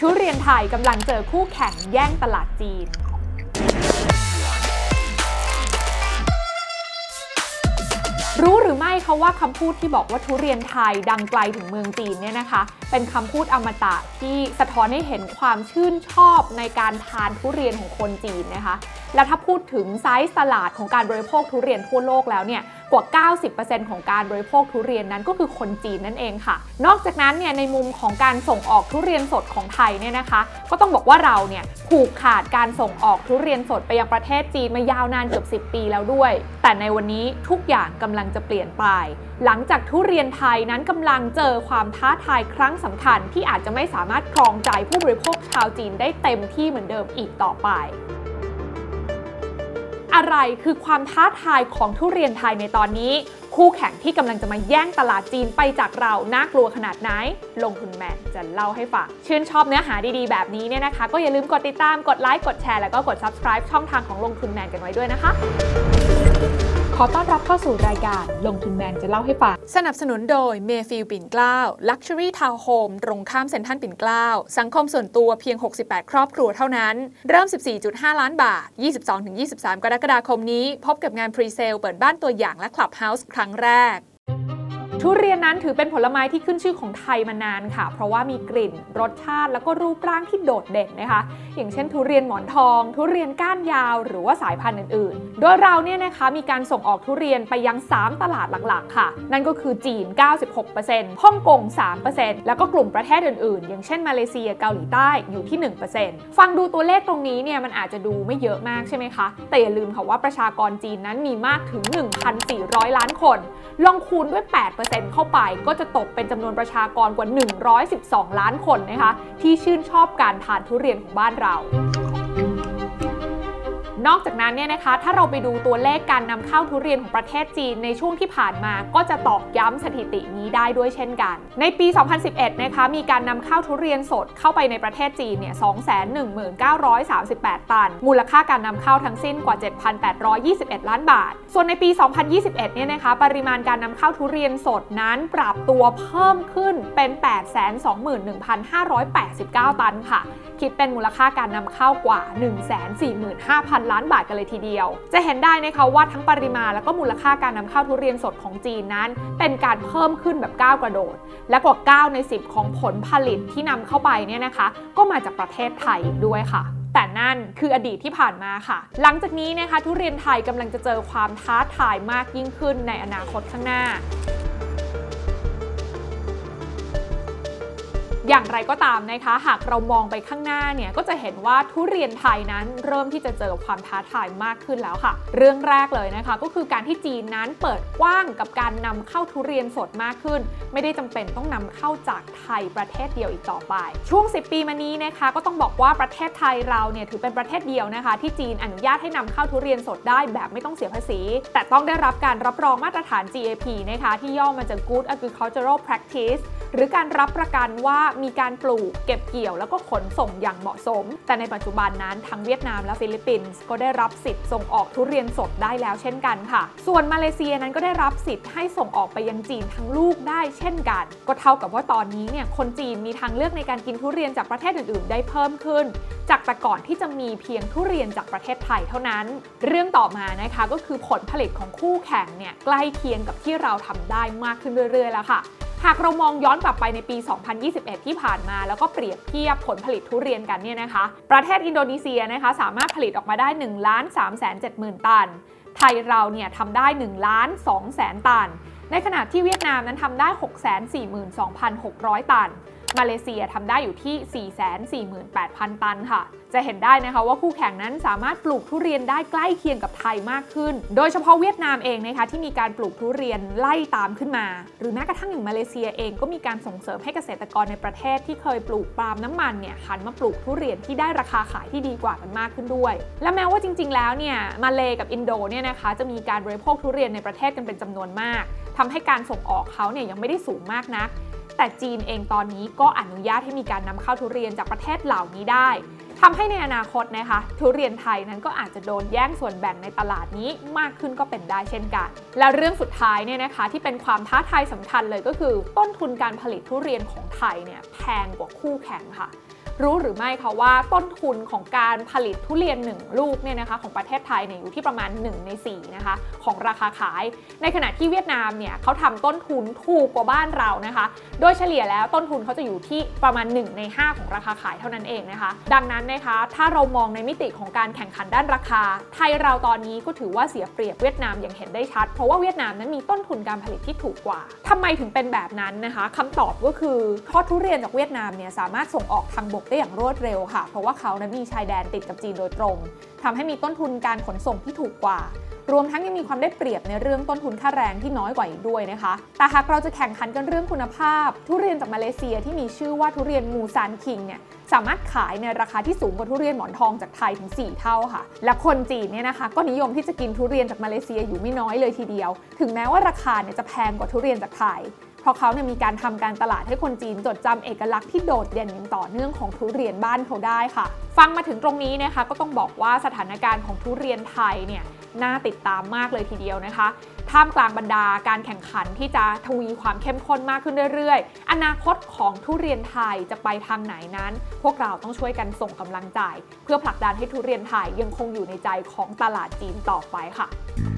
ทุเรียนไทยกำลังเจอคู่แข่งแย่งตลาดจีนรู้หรือไม่คะว่าคำพูดที่บอกว่าทุเรียนไทยดังไกลถึงเมืองจีนเนี่ยนะคะเป็นคำพูดอมตะที่สะท้อนให้เห็นความชื่นชอบในการทานทุเรียนของคนจีนนะคะและถ้าพูดถึงไซส์ตลาดของการบริโภคทุเรียนทั่วโลกแล้วเนี่ยกว่า 90% ของการบริโภคทุเรียนนั้นก็คือคนจีนนั่นเองค่ะนอกจากนั้นเนี่ยในมุมของการส่งออกทุเรียนสดของไทยเนี่ยนะคะก็ต้องบอกว่าเราเนี่ยผูกขาดการส่งออกทุเรียนสดไปยังประเทศจีนมายาวนานเกือบ10 ปีแล้วด้วยแต่ในวันนี้ทุกอย่างกำลังจะเปลี่ยนไปหลังจากทุเรียนไทยนั้นกำลังเจอความท้าทายครั้งสำคัญที่อาจจะไม่สามารถครองใจผู้บริโภคชาวจีนได้เต็มที่เหมือนเดิมอีกต่อไปอะไรคือความท้าทายของทุเรียนไทยในตอนนี้คู่แข่งที่กำลังจะมาแย่งตลาดจีนไปจากเราน่ากลัวขนาดไหนลงทุนแมนจะเล่าให้ฟังชื่นชอบเนื้อหาดีๆแบบนี้เนี่ยนะคะก็อย่าลืมกดติดตามกดไลค์กดแชร์แล้วก็กด Subscribe ช่องทางของลงทุนแมนกันไว้ด้วยนะคะขอต้อนรับเข้าสู่รายการลงทุนแมนจะเล่าให้ฟังสนับสนุนโดย Mayfield ปิ่นเกล้า Luxury Town Home ตรงข้ามเซ็นทรัลปิ่นเกล้าสังคมส่วนตัวเพียง68ครอบครัวเท่านั้นเริ่ม 14.5 ล้านบาท 22-23 กรกฎาคมนี้พบกับงาน Pre-Sale เปิดบ้านตัวอย่างและ Clubhouse ครั้งแรกทุเรียนนั้นถือเป็นผลไม้ที่ขึ้นชื่อของไทยมานานค่ะเพราะว่ามีกลิ่นรสชาติแล้วก็รูปร่างที่โดดเด่นนะคะอย่างเช่นทุเรียนหมอนทองทุเรียนก้านยาวหรือว่าสายพันธุ์อื่นๆโดยเราเนี่ยนะคะมีการส่งออกทุเรียนไปยัง3ตลาดหลักๆค่ะนั่นก็คือจีน 96% ฮ่องกง 3% แล้วก็กลุ่มประเทศอื่นๆอย่างเช่นมาเลเซียเกาหลีใต้อยู่ที่ 1% ฟังดูตัวเลขตรงนี้เนี่ยมันอาจจะดูไม่เยอะมากใช่ไหมคะแต่อย่าลืมค่ะว่าประชากรจีนนั้นมีมากถึง 1,400 ล้านคนลองคูณด้วย 8% เข้าไปก็จะตกเป็นจำนวนประชากรกว่า112 ล้านคนนะคะที่ชื่นชอบการทานทุเรียนของบ้านเรานอกจากนั้นเนี่ยนะคะถ้าเราไปดูตัวเลขการนำเข้าทุเรียนของประเทศจีนในช่วงที่ผ่านมาก็จะตอกย้ำสถิตินี้ได้ด้วยเช่นกันในปี 2011 นะคะมีการนำเข้าทุเรียนสดเข้าไปในประเทศจีนเนี่ย 219,38 ตันมูลค่าการนำเข้าทั้งสิ้นกว่า 7,821 ล้านบาทส่วนในปี 2021 เนี่ยนะคะปริมาณการนำเข้าทุเรียนสดนั้นปรับตัวเพิ่มขึ้นเป็น 821,589 ตันค่ะคิดเป็นมูลค่าการนำเข้ากว่า 145,000 ล้านบาทกันเลยทีเดียวจะเห็นได้นะคะว่าทั้งปริมาณแล้วก็มูลค่าการนำเข้าทุเรียนสดของจีนนั้นเป็นการเพิ่มขึ้นแบบก้าวกระโดดและกว่า9ใน10ของผลผลิตที่นำเข้าไปเนี่ยนะคะก็มาจากประเทศไทยอีกด้วยค่ะแต่นั่นคืออดีตที่ผ่านมาค่ะหลังจากนี้นะคะทุเรียนไทยกำลังจะเจอความท้าทายมากยิ่งขึ้นในอนาคตข้างหน้าอย่างไรก็ตามนะคะหากเรามองไปข้างหน้าเนี่ยก็จะเห็นว่าทุเรียนไทยนั้นเริ่มที่จะเจอความท้าทายมากขึ้นแล้วค่ะเรื่องแรกเลยนะคะก็คือการที่จีนนั้นเปิดกว้างกับการนำเข้าทุเรียนสดมากขึ้นไม่ได้จำเป็นต้องนำเข้าจากไทยประเทศเดียวอีกต่อไปช่วง10 ปีมานี้นะคะก็ต้องบอกว่าประเทศไทยเราเนี่ยถือเป็นประเทศเดียวนะคะที่จีนอนุญาตให้นำเข้าทุเรียนสดได้แบบไม่ต้องเสียภาษีแต่ต้องได้รับการรับรองมาตรฐาน GAP นะคะที่ย่อมาจาก Good Agricultural Practice หรือการรับประกันว่ามีการปลูกเก็บเกี่ยวแล้วก็ขนส่งอย่างเหมาะสมแต่ในปัจจุบันนั้นทั้งเวียดนามและฟิลิปปินส์ก็ได้รับสิทธิ์ส่งออกทุเรียนสดได้แล้วเช่นกันค่ะส่วนมาเลเซียนั้นก็ได้รับสิทธิ์ให้ส่งออกไปยังจีนทั้งลูกได้เช่นกันก็เท่ากับว่าตอนนี้เนี่ยคนจีนมีทางเลือกในการกินทุเรียนจากประเทศอื่นๆได้เพิ่มขึ้นจากแต่ก่อนที่จะมีเพียงทุเรียนจากประเทศไทยเท่านั้นเรื่องต่อมานะคะก็คือผลผลิตของคู่แข่งเนี่ยใกล้เคียงกับที่เราทำได้มากขึ้นเรื่อยๆแล้วค่ะหากเรามองย้อนกลับไปในปี 2021 ที่ผ่านมาแล้วก็เปรียบเทียบผลผลิตทุเรียนกันเนี่ยนะคะประเทศอินโดนีเซียนะคะสามารถผลิตออกมาได้ 1,370,000 ตันไทยเราเนี่ยทำได้ 1,200,000 ตันในขณะที่เวียดนามนั้นทำได้ 642,600 ตันมาเลเซียทำได้อยู่ที่ 448,000 ตันค่ะจะเห็นได้นะคะว่าคู่แข่งนั้นสามารถปลูกทุเรียนได้ใกล้เคียงกับไทยมากขึ้นโดยเฉพาะเวียดนามเองนะคะที่มีการปลูกทุเรียนไล่ตามขึ้นมาหรือแม้กระทั่งอย่างมาเลเซียเองก็มีการส่งเสริมให้เกษตรกรในประเทศที่เคยปลูกปาล์มน้ำมันเนี่ยหันมาปลูกทุเรียนที่ได้ราคาขายที่ดีกว่ากันมากขึ้นด้วยและแม้ว่าจริงๆแล้วเนี่ยมาเลกับอินโดเนี่ยนะคะจะมีการบริโภคทุเรียนในประเทศกันเป็นจำนวนมากทำให้การส่งออกเขาเนี่ยยังไม่ได้สูงมากนักแต่จีนเองตอนนี้ก็อนุญาตให้มีการนำเข้าทุเรียนจากประเทศเหล่านี้ได้ทำให้ในอนาคตนะคะทุเรียนไทยนั้นก็อาจจะโดนแย่งส่วนแบ่งในตลาดนี้มากขึ้นก็เป็นได้เช่นกันและเรื่องสุดท้ายเนี่ยนะคะที่เป็นความท้าทายสำคัญเลยก็คือต้นทุนการผลิตทุเรียนของไทยเนี่ยแพงกว่าคู่แข่งค่ะรู้หรือไม่คะว่าต้นทุนของการผลิตทุเรียน1ลูกเนี่ยนะคะของประเทศไทยเนี่ยอยู่ที่ประมาณ1ใน4นะคะของราคาขายในขณะที่เวียดนามเนี่ยเขาทำต้นทุนถูกกว่าบ้านเรานะคะโดยเฉลี่ยแล้วต้นทุนเขาจะอยู่ที่ประมาณ1ใน5ของราคาขายเท่านั้นเองนะคะดังนั้นนะคะถ้าเรามองในมิติของการแข่งขันด้านราคาไทยเราตอนนี้ก็ถือว่าเสียเปรียบเวียดนามอย่างเห็นได้ชัดเพราะว่าเวียดนามนั้นมีต้นทุนการผลิตที่ถูกกว่าทำไมถึงเป็นแบบนั้นนะคะคำตอบก็คือทอดทุเรียนจากเวียดนามเนี่ยสามารถส่งออกทางบกได้อย่างรวดเร็วค่ะเพราะว่าเขานั้นมีชายแดนติดกับจีนโดยตรงทำให้มีต้นทุนการขนส่งที่ถูกกว่ารวมทั้งยังมีความได้เปรียบในเรื่องต้นทุนค่าแรงที่น้อยกว่าอีกด้วยนะคะแต่หากเราจะแข่งขันกันเรื่องคุณภาพทุเรียนจากมาเลเซียที่มีชื่อว่าทุเรียนมูซานคิงเนี่ยสามารถขายในราคาที่สูงกว่าทุเรียนหมอนทองจากไทยถึง4เท่าค่ะและคนจีนเนี่ยนะคะก็นิยมที่จะกินทุเรียนจากมาเลเซียอยู่ไม่น้อยเลยทีเดียวถึงแม้ว่าราคาเนี่ยจะแพงกว่าทุเรียนจากไทยเพราะเขาเนี่ยมีการทำการตลาดให้คนจีนจดจำเอกลักษณ์ที่โดดเด่นอย่างต่อเนื่องของทุเรียนบ้านเขาได้ค่ะฟังมาถึงตรงนี้นะคะก็ต้องบอกว่าสถานการณ์ของทุเรียนไทยเนี่ยน่าติดตามมากเลยทีเดียวนะคะท่ามกลางบรรดาการแข่งขันที่จะทวีความเข้มข้นมากขึ้นเรื่อยๆอนาคตของทุเรียนไทยจะไปทางไหนนั้นพวกเราต้องช่วยกันส่งกำลังใจเพื่อผลักดันให้ทุเรียนไทยยังคงอยู่ในใจของตลาดจีนต่อไปค่ะ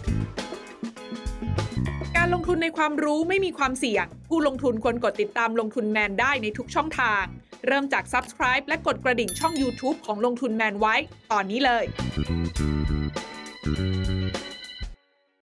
การลงทุนในความรู้ไม่มีความเสี่ยงผู้ลงทุนควรกดติดตามลงทุนแมนได้ในทุกช่องทางเริ่มจาก Subscribe และกดกระดิ่งช่อง YouTube ของลงทุนแมนไว้ตอนนี้เลย